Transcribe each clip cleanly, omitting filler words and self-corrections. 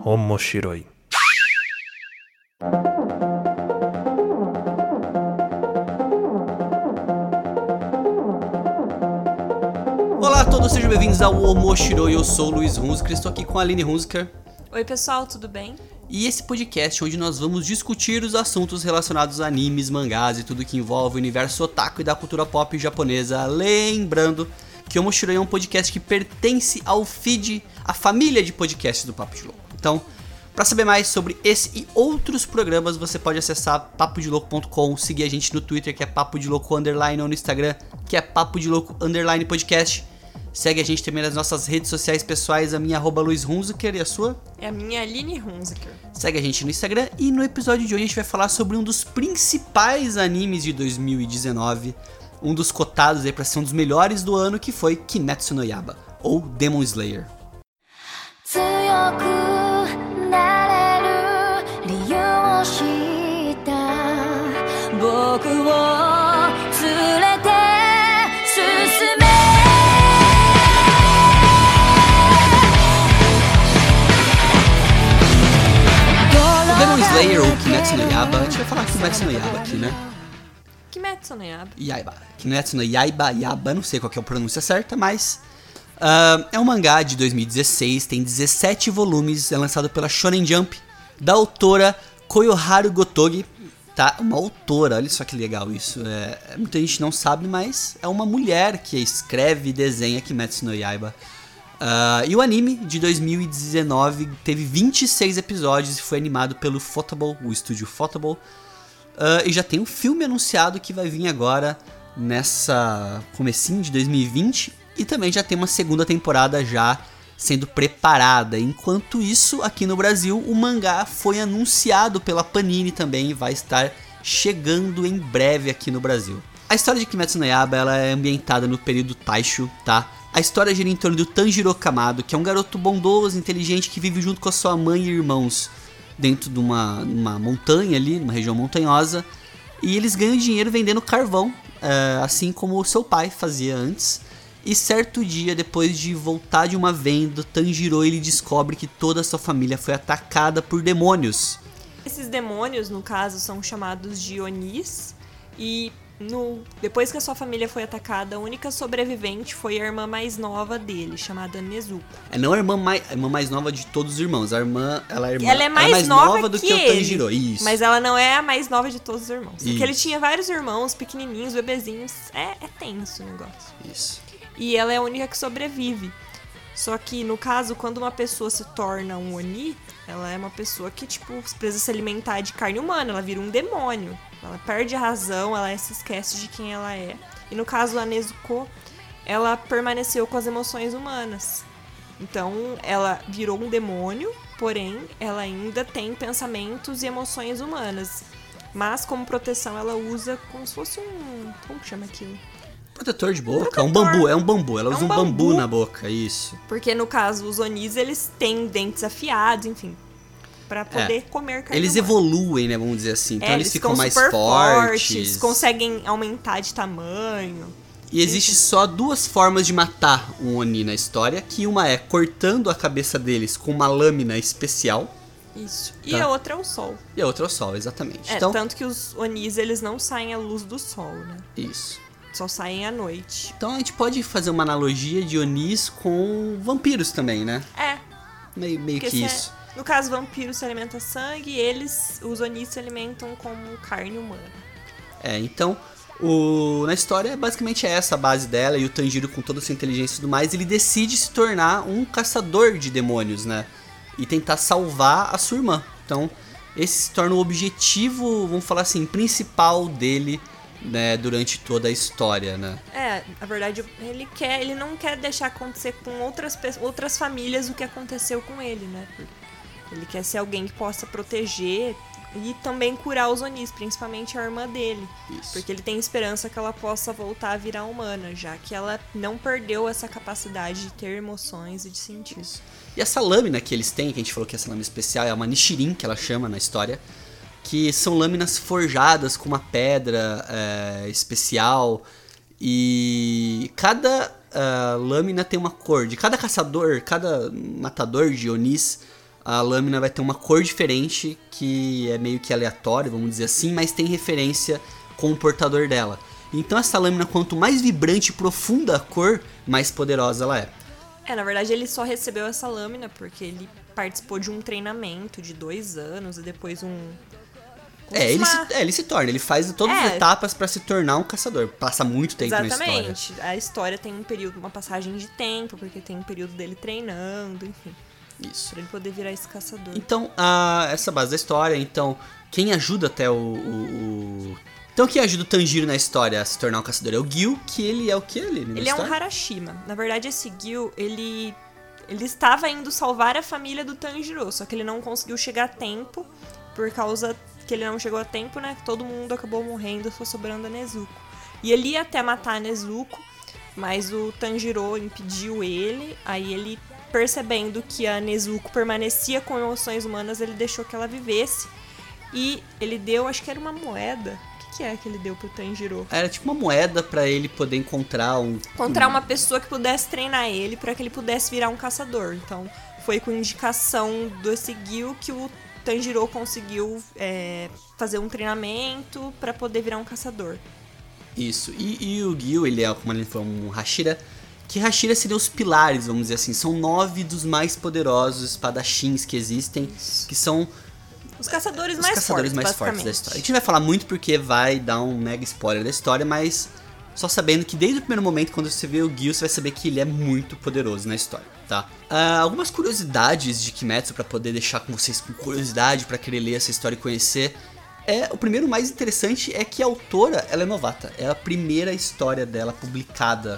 Omoshiroi. Olá a todos, sejam bem-vindos ao Omoshiroi. Eu sou o Luiz Hunziker, estou aqui com a Aline Hunziker. Oi pessoal, tudo bem? E esse podcast onde nós vamos discutir os assuntos relacionados a animes, mangás e tudo que envolve o universo otaku e da cultura pop japonesa. Lembrando que o Omoshiroi é um podcast que pertence ao feed, à família de podcasts do Papo de Louco. Então, para saber mais sobre esse e outros programas, você pode acessar papodilouco.com, seguir a gente no Twitter, que é Papo de Louco _ ou no Instagram, que é Papo de Louco _ podcast. Segue a gente também nas nossas redes sociais pessoais, a minha @Luiz Hunziker e a sua? É a minha Aline Hunziker. Segue a gente no Instagram e no episódio de hoje a gente vai falar sobre um dos principais animes de 2019, um dos cotados aí pra ser um dos melhores do ano, que foi Kimetsu no Yaiba, ou Demon Slayer. Demon Slayer ou Kimetsu no Yaiba, a gente vai falar Kimetsu no Yaiba aqui, né? Kimetsu no Yaiba. Yaiba. Kimetsu no Yaiba, não sei qual que é a pronúncia certa, mas é um mangá de 2016, tem 17 volumes, é lançado pela Shonen Jump, da autora Koyoharu Gotogi, tá? Uma autora, olha só que legal isso, muita gente não sabe, mas é uma mulher que escreve e desenha Kimetsu no Yaiba. E o anime de 2019 teve 26 episódios e foi animado pelo Photable, o estúdio Photable. E já tem um filme anunciado que vai vir agora nessa comecinho de 2020. E também já tem uma segunda temporada já sendo preparada. Enquanto isso, aqui no Brasil, o mangá foi anunciado pela Panini também e vai estar chegando em breve aqui no Brasil. A história de Kimetsu no Yaiba ela é ambientada no período Taisho, tá? A história gira em torno do Tanjiro Kamado, que é um garoto bondoso, inteligente, que vive junto com a sua mãe e irmãos dentro de uma montanha ali, numa região montanhosa. E eles ganham dinheiro vendendo carvão, assim como o seu pai fazia antes. E certo dia, depois de voltar de uma venda, Tanjiro ele descobre que toda a sua família foi atacada por demônios. Esses demônios, no caso, são chamados de Onis. E depois que a sua família foi atacada, a única sobrevivente foi a irmã mais nova dele, chamada Nezuko. Não a irmã mais nova de todos os irmãos. Ela é mais nova do que que o Tanjiro. Isso. Mas ela não é a mais nova de todos os irmãos. Isso. Porque ele tinha vários irmãos pequenininhos, bebezinhos. É tenso o negócio. Isso. E ela é a única que sobrevive. Só que, no caso, quando uma pessoa se torna um Oni, ela é uma pessoa que, precisa se alimentar de carne humana. Ela vira um demônio. Ela perde a razão, ela se esquece de quem ela é. E no caso, a Nezuko, ela permaneceu com as emoções humanas. Então, ela virou um demônio, porém, ela ainda tem pensamentos e emoções humanas. Mas, como proteção, ela usa como se fosse como que chama aquilo? Protetor de boca? É um bambu. Ela usa um bambu na boca, isso. Porque, no caso, os Onis, eles têm dentes afiados, enfim, pra poder comer carne Eles humana. evoluem, né, vamos dizer assim. Então eles ficam mais super fortes. Conseguem aumentar de tamanho. E existe só duas formas de matar um Oni na história, que uma é cortando a cabeça deles com uma lâmina especial. Isso. Tá. E a outra é o sol. E a outra é o sol, exatamente. Então, tanto que os Onis, eles não saem à luz do sol, né? Isso. Só saem à noite. Então a gente pode fazer uma analogia de Onis com vampiros também, né? Meio que isso. No caso, vampiros se alimentam sangue e os Onis se alimentam como carne humana. Então, na história, basicamente é essa a base dela, e o Tanjiro, com toda a sua inteligência e tudo mais, ele decide se tornar um caçador de demônios, né? E tentar salvar a sua irmã. Então, esse se torna o objetivo, vamos falar assim, principal dele, né, durante toda a história, né? Na verdade, ele não quer deixar acontecer com outras famílias o que aconteceu com ele, né? Ele quer ser alguém que possa proteger e também curar os Onis, principalmente a irmã dele. Isso. Porque ele tem esperança que ela possa voltar a virar humana, já que ela não perdeu essa capacidade de ter emoções e de sentir. Isso. E essa lâmina que eles têm, que a gente falou que essa lâmina especial, é uma Nichirin, que ela chama na história, que são lâminas forjadas com uma pedra especial, e cada lâmina tem uma cor. De cada caçador, cada matador de Onis, a lâmina vai ter uma cor diferente, que é meio que aleatório, vamos dizer assim, mas tem referência com o portador dela. Então essa lâmina, quanto mais vibrante e profunda a cor, mais poderosa ela é. Na verdade ele só recebeu essa lâmina porque ele participou de um treinamento de 2 anos e depois ele se torna, ele faz todas as etapas pra se tornar um caçador. Passa muito tempo na história. Exatamente. A história tem um período, uma passagem de tempo, porque tem um período dele treinando, enfim. Isso. Pra ele poder virar esse caçador. Então, essa base da história, então, quem ajuda até Então, quem ajuda o Tanjiro na história a se tornar um caçador é o Gil, que ele é o que ali? Ele é um Harashima. Na verdade, esse Gil, ele estava indo salvar a família do Tanjiro, só que ele não conseguiu chegar a tempo, por causa que ele não chegou a tempo, né? Todo mundo acabou morrendo, só sobrando a Nezuko. E ele ia até matar a Nezuko, mas o Tanjiro impediu ele, aí ele, percebendo que a Nezuko permanecia com emoções humanas, ele deixou que ela vivesse. E ele deu, acho que era uma moeda. O que é que ele deu pro Tanjiro? Era tipo uma moeda pra ele poder encontrar uma pessoa que pudesse treinar ele pra que ele pudesse virar um caçador. Então, foi com indicação desse Gil que o Tanjiro conseguiu fazer um treinamento pra poder virar um caçador. Isso. E o Gil, ele é, como ele falou, um Hashira. Que Hashira seriam os pilares, vamos dizer assim. São 9 dos mais poderosos espadachins que existem. Isso. Que são os caçadores mais fortes da história. A gente não vai falar muito porque vai dar um mega spoiler da história, mas só sabendo que desde o primeiro momento, quando você vê o Gil, você vai saber que ele é muito poderoso na história, tá? Algumas curiosidades de Kimetsu pra poder deixar com vocês com curiosidade, pra querer ler essa história e conhecer. O primeiro mais interessante é que a autora, ela é novata. É a primeira história dela publicada.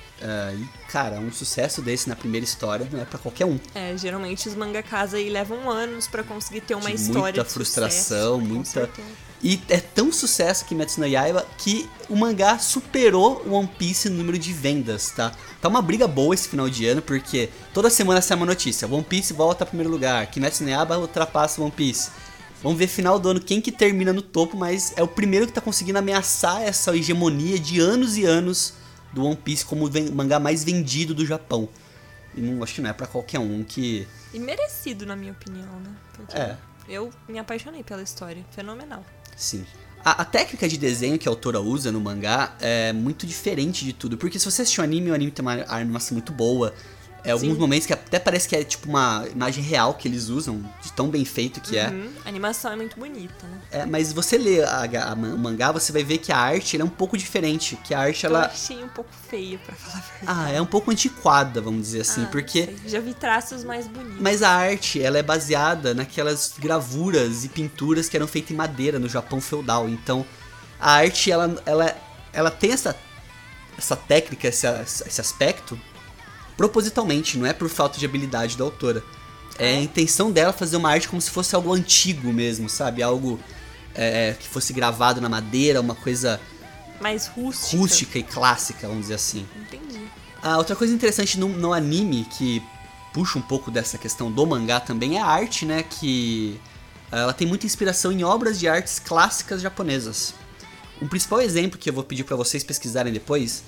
E, cara, um sucesso desse na primeira história não é pra qualquer um. Geralmente os mangakas aí levam anos pra conseguir ter uma história muita de frustração, sucesso, muita... E é tão sucesso Kimetsu no Yaiba que o mangá superou o One Piece no número de vendas, tá? Tá uma briga boa esse final de ano, porque toda semana sai uma notícia. One Piece volta ao primeiro lugar, Kimetsu no Yaiba ultrapassa o One Piece. Vamos ver final do ano quem que termina no topo, mas é o primeiro que tá conseguindo ameaçar essa hegemonia de anos e anos do One Piece como o mangá mais vendido do Japão. E acho que não é pra qualquer um que... E merecido, na minha opinião, né? Porque eu me apaixonei pela história. Fenomenal. Sim. A técnica de desenho que a autora usa no mangá é muito diferente de tudo. Porque se você assistir o anime tem uma animação muito boa. Alguns momentos que até parece que é tipo uma imagem real que eles usam, de tão bem feito que é. A animação é muito bonita, né? Mas você lê o mangá, você vai ver que a arte é um pouco diferente. Que a arte, eu achei um pouco feia, pra falar a verdade. É um pouco antiquada, vamos dizer assim, porque... Já vi traços mais bonitos. Mas a arte, ela é baseada naquelas gravuras e pinturas que eram feitas em madeira no Japão feudal. Então, a arte, ela tem essa técnica, esse aspecto... propositalmente, não é por falta de habilidade da autora. É a intenção dela fazer uma arte como se fosse algo antigo mesmo, sabe? Algo que fosse gravado na madeira, uma coisa... mais rústica. Rústica e clássica, vamos dizer assim. Entendi. Outra coisa interessante no anime, que puxa um pouco dessa questão do mangá também, é a arte, né? Que ela tem muita inspiração em obras de artes clássicas japonesas. Um principal exemplo que eu vou pedir pra vocês pesquisarem depois...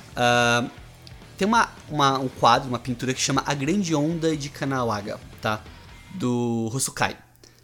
tem um quadro, uma pintura que chama A Grande Onda de Kanagawa, tá? Do Hosokai.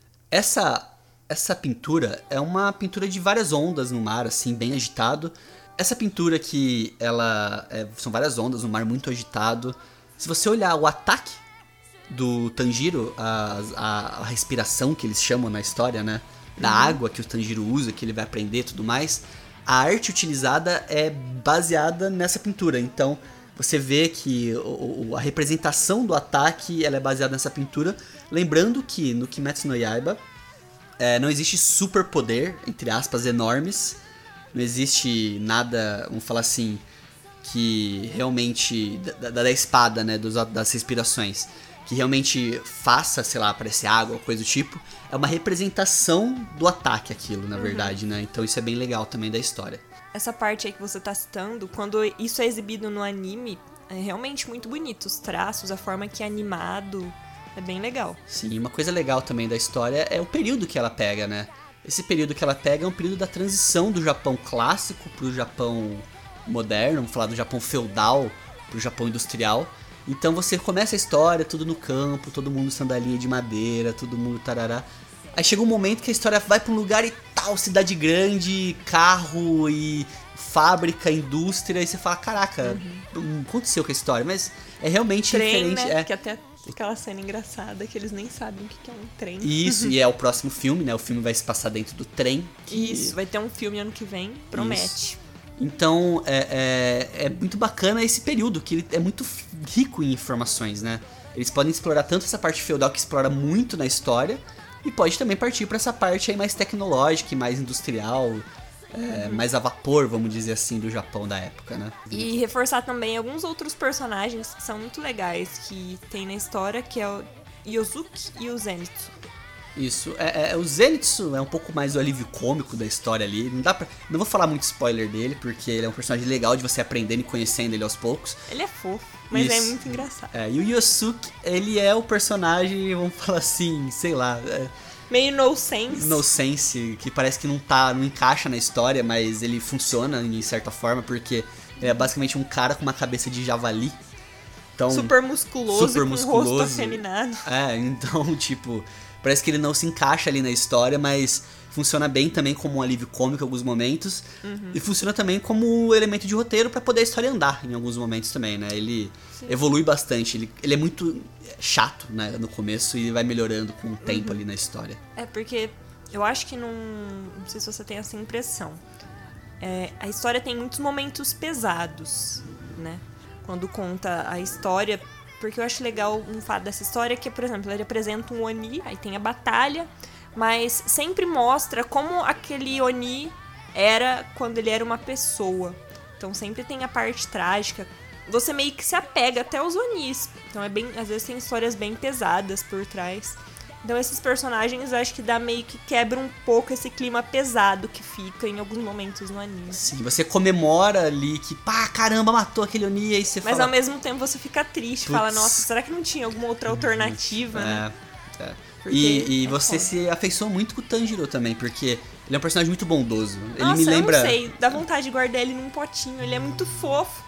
Essa pintura é uma pintura de várias ondas no mar, assim, bem agitado. Essa pintura que são várias ondas no mar muito agitado. Se você olhar o ataque do Tanjiro, a respiração que eles chamam na história, né? Da água que o Tanjiro usa, que ele vai aprender e tudo mais. A arte utilizada é baseada nessa pintura, então... Você vê que a representação do ataque ela é baseada nessa pintura. Lembrando que no Kimetsu no Yaiba não existe superpoder, entre aspas, enormes. Não existe nada, vamos falar assim, que realmente... Da espada, né, das respirações. Que realmente faça, sei lá, aparecer água ou coisa do tipo. É uma representação do ataque aquilo, na verdade, né? Então isso é bem legal também da história. Essa parte aí que você tá citando, quando isso é exibido no anime, é realmente muito bonito. Os traços, a forma que é animado, é bem legal. Sim, uma coisa legal também da história é o período que ela pega, né? Esse período que ela pega é um período da transição do Japão clássico pro Japão moderno, vamos falar do Japão feudal pro Japão industrial. Então você começa a história, tudo no campo, todo mundo sandalinha de madeira, todo mundo tarará. Aí chega um momento que a história vai pra um lugar e tal, cidade grande, carro e fábrica, indústria, e você fala, caraca, não aconteceu com a história, mas é realmente Trem, diferente. né? É. Que até aquela cena engraçada que eles nem sabem o que é um trem. Isso, e é o próximo filme, né? O filme vai se passar dentro do trem. Isso, vai ter um filme ano que vem, promete. Isso. Então, é muito bacana esse período, que ele é muito rico em informações, né? Eles podem explorar tanto essa parte feudal, que explora muito na história, e pode também partir para essa parte aí mais tecnológica e mais industrial, mais a vapor, vamos dizer assim, do Japão da época, né? E reforçar também alguns outros personagens que são muito legais que tem na história, que é o Yosuke e o Zenitsu. Isso, o Zenitsu é um pouco mais o alívio cômico da história ali. Não vou falar muito spoiler dele, porque ele é um personagem legal de você aprendendo e conhecendo ele aos poucos. Ele é fofo, mas Isso. é muito engraçado. E o Yosuke, ele é o personagem, vamos falar assim, sei lá, Meio no sense. no sense, que parece que não encaixa na história, mas ele funciona de certa forma, porque ele é basicamente um cara com uma cabeça de javali. Então, super musculoso super e com musculoso. o rosto afeminado. Então, tipo, parece que ele não se encaixa ali na história, mas funciona bem também como um alívio cômico em alguns momentos. E funciona também como elemento de roteiro pra poder a história andar em alguns momentos também, né? Ele evolui bastante, ele é muito chato, né, no começo e vai melhorando com o tempo ali na história. É porque eu acho que não sei se você tem essa impressão. A história tem muitos momentos pesados, né? Quando conta a história, porque eu acho legal um fato dessa história que, por exemplo, ele apresenta um Oni, aí tem a batalha, mas sempre mostra como aquele Oni era quando ele era uma pessoa. Então sempre tem a parte trágica. Você meio que se apega até aos Onis. Então às vezes tem histórias bem pesadas por trás. Então esses personagens eu acho que meio que quebra um pouco esse clima pesado que fica em alguns momentos no anime. Sim, você comemora ali que, pá, caramba, matou aquele Oni, aí você Mas fala... ao mesmo tempo você fica triste, Putz. fala, nossa, será que não tinha alguma outra alternativa, né? Porque E é você foda. se afeiçou muito com o Tanjiro também, porque ele é um personagem muito bondoso. Ele Nossa, me lembra... eu não sei, dá vontade de guardar ele num potinho, ele é muito fofo.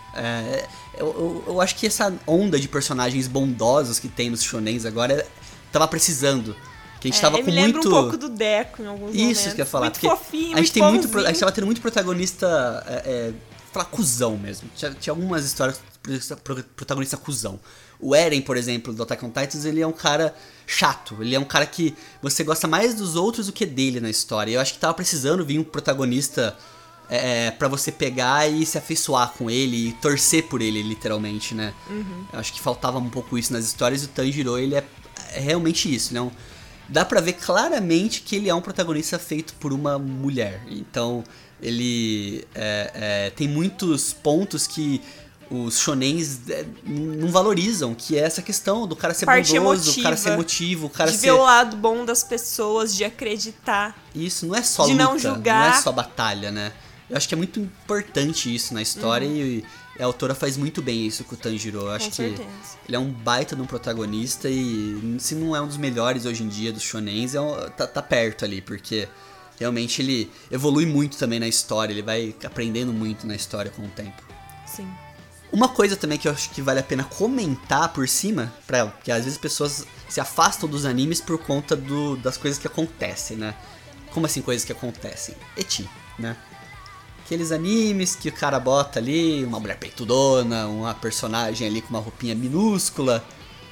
Eu acho que essa onda de personagens bondosos que tem nos shonens agora tava precisando. Que a gente tava ele com me lembra muito... um pouco do Deco em alguns momentos. Isso que eu ia falar. Muito porque fofinho, a gente muito tem a gente tava tendo muito protagonista, falar cuzão mesmo. Tinha algumas histórias protagonista cuzão. O Eren, por exemplo, do Attack on Titans, ele é um cara chato. Ele é um cara que você gosta mais dos outros do que dele na história. E eu acho que tava precisando vir um protagonista pra você pegar e se afeiçoar com ele e torcer por ele, literalmente, né? Eu acho que faltava um pouco isso nas histórias e o Tanjiro, ele é realmente isso, né? Dá pra ver claramente que ele é um protagonista feito por uma mulher. Então, ele tem muitos pontos que os shonens não valorizam, que é essa questão do cara ser Parte bondoso, emotiva, o cara ser emotivo, o cara de ser... ver o lado bom das pessoas, de acreditar. Isso, não é só de luta, não julgar. não é só batalha, né? Eu acho que é muito importante isso na história e a autora faz muito bem isso com o Tanjiro. Eu acho Com que certeza. ele é um baita de um protagonista e se não é um dos melhores hoje em dia dos shonens, tá perto ali, porque realmente ele evolui muito também na história, ele vai aprendendo muito na história com o tempo. Sim. Uma coisa também que eu acho que vale a pena comentar por cima, porque às vezes as pessoas se afastam dos animes por conta das coisas que acontecem, né? Como assim coisas que acontecem? Eti, né? Aqueles animes que o cara bota ali, uma mulher peitudona, uma personagem ali com uma roupinha minúscula.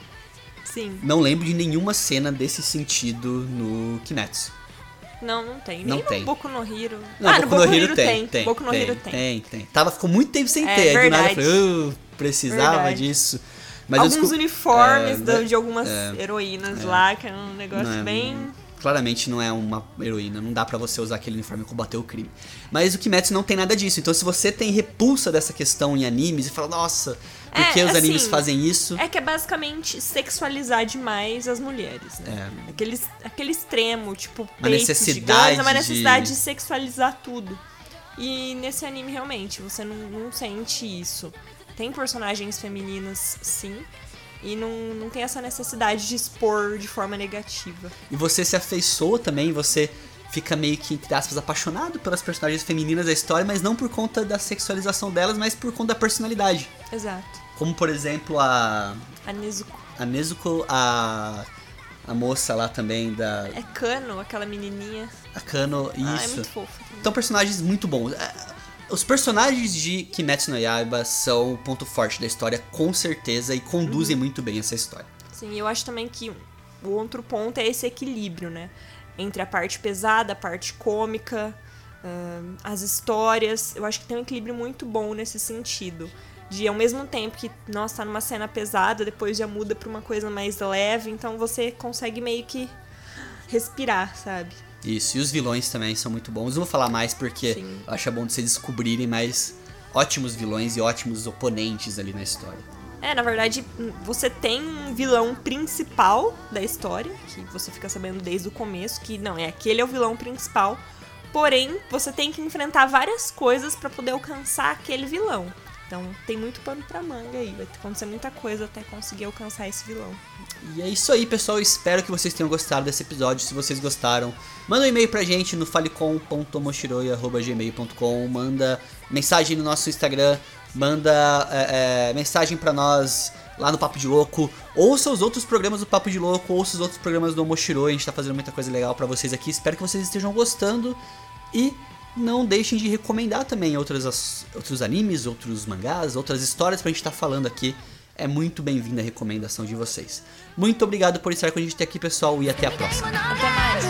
Sim. Não lembro de nenhuma cena desse sentido no Kimetsu. Não tem. Não Nem tem. no Boku no Hero. Não, no Boku no Hero tem. Boku no Hero tem. Tem. Ficou muito tempo sem É, ter. Aí do nada eu verdade. falei, precisava Verdade. disso. Mas Alguns uniformes né? de algumas heroínas lá, que é um negócio Não é- bem... Claramente não é uma heroína, não dá pra você usar aquele uniforme e combater o crime. Mas o Kimetsu não tem nada disso, então se você tem repulsa dessa questão em animes e fala, nossa, por que os animes assim, fazem isso? É que é basicamente sexualizar demais as mulheres, né? Aquele extremo, tipo, Uma peitos necessidade gigantes, uma necessidade de- de sexualizar tudo. E nesse anime, realmente, você não sente isso. Tem personagens femininas, sim, e não tem essa necessidade de expor de forma negativa. E você se afeiçoa também, você fica meio que, entre aspas, apaixonado pelas personagens femininas da história, mas não por conta da sexualização delas, mas por conta da personalidade. Exato. Como, por exemplo, a Nezuko, a moça lá também da... É Kano, aquela menininha. A Kano, isso. É muito fofa. Então, personagens muito bons. Os personagens de Kimetsu no Yaiba são o ponto forte da história, com certeza, e conduzem muito bem essa história. Sim, eu acho também que o outro ponto é esse equilíbrio, né? Entre a parte pesada, a parte cômica, as histórias. Eu acho que tem um equilíbrio muito bom nesse sentido. De, ao mesmo tempo que, nossa, tá numa cena pesada, depois já muda pra uma coisa mais leve, então você consegue meio que respirar, sabe? Isso, e os vilões também são muito bons. Não vou falar mais porque Sim. eu acho bom de vocês descobrirem mais ótimos vilões e ótimos oponentes ali na história. Na verdade, você tem um vilão principal da história, que você fica sabendo desde o começo, que não, aquele é o vilão principal, porém, você tem que enfrentar várias coisas pra poder alcançar aquele vilão. Então tem muito pano pra manga aí, vai acontecer muita coisa até conseguir alcançar esse vilão. E é isso aí, pessoal, eu espero que vocês tenham gostado desse episódio. Se vocês gostaram, manda um e-mail pra gente no falecom.moshiroi@gmail.com, manda mensagem no nosso Instagram, manda mensagem pra nós lá no Papo de Louco, ouça os outros programas do Papo de Louco, ouça os outros programas do Moshiroi, a gente tá fazendo muita coisa legal pra vocês aqui, espero que vocês estejam gostando e não deixem de recomendar também outros animes, outros mangás, outras histórias pra gente estar falando aqui. É muito bem-vinda a recomendação de vocês. Muito obrigado por estar com a gente até aqui, pessoal, e até a próxima. Até mais,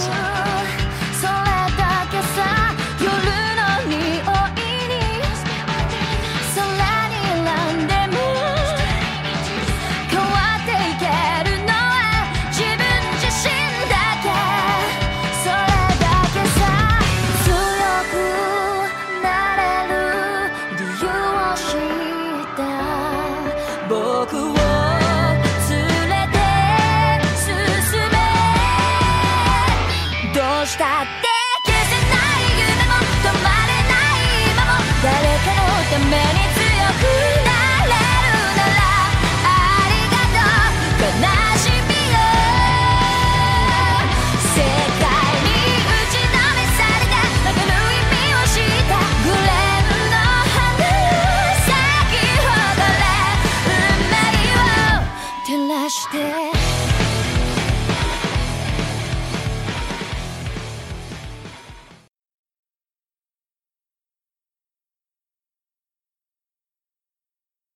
Dame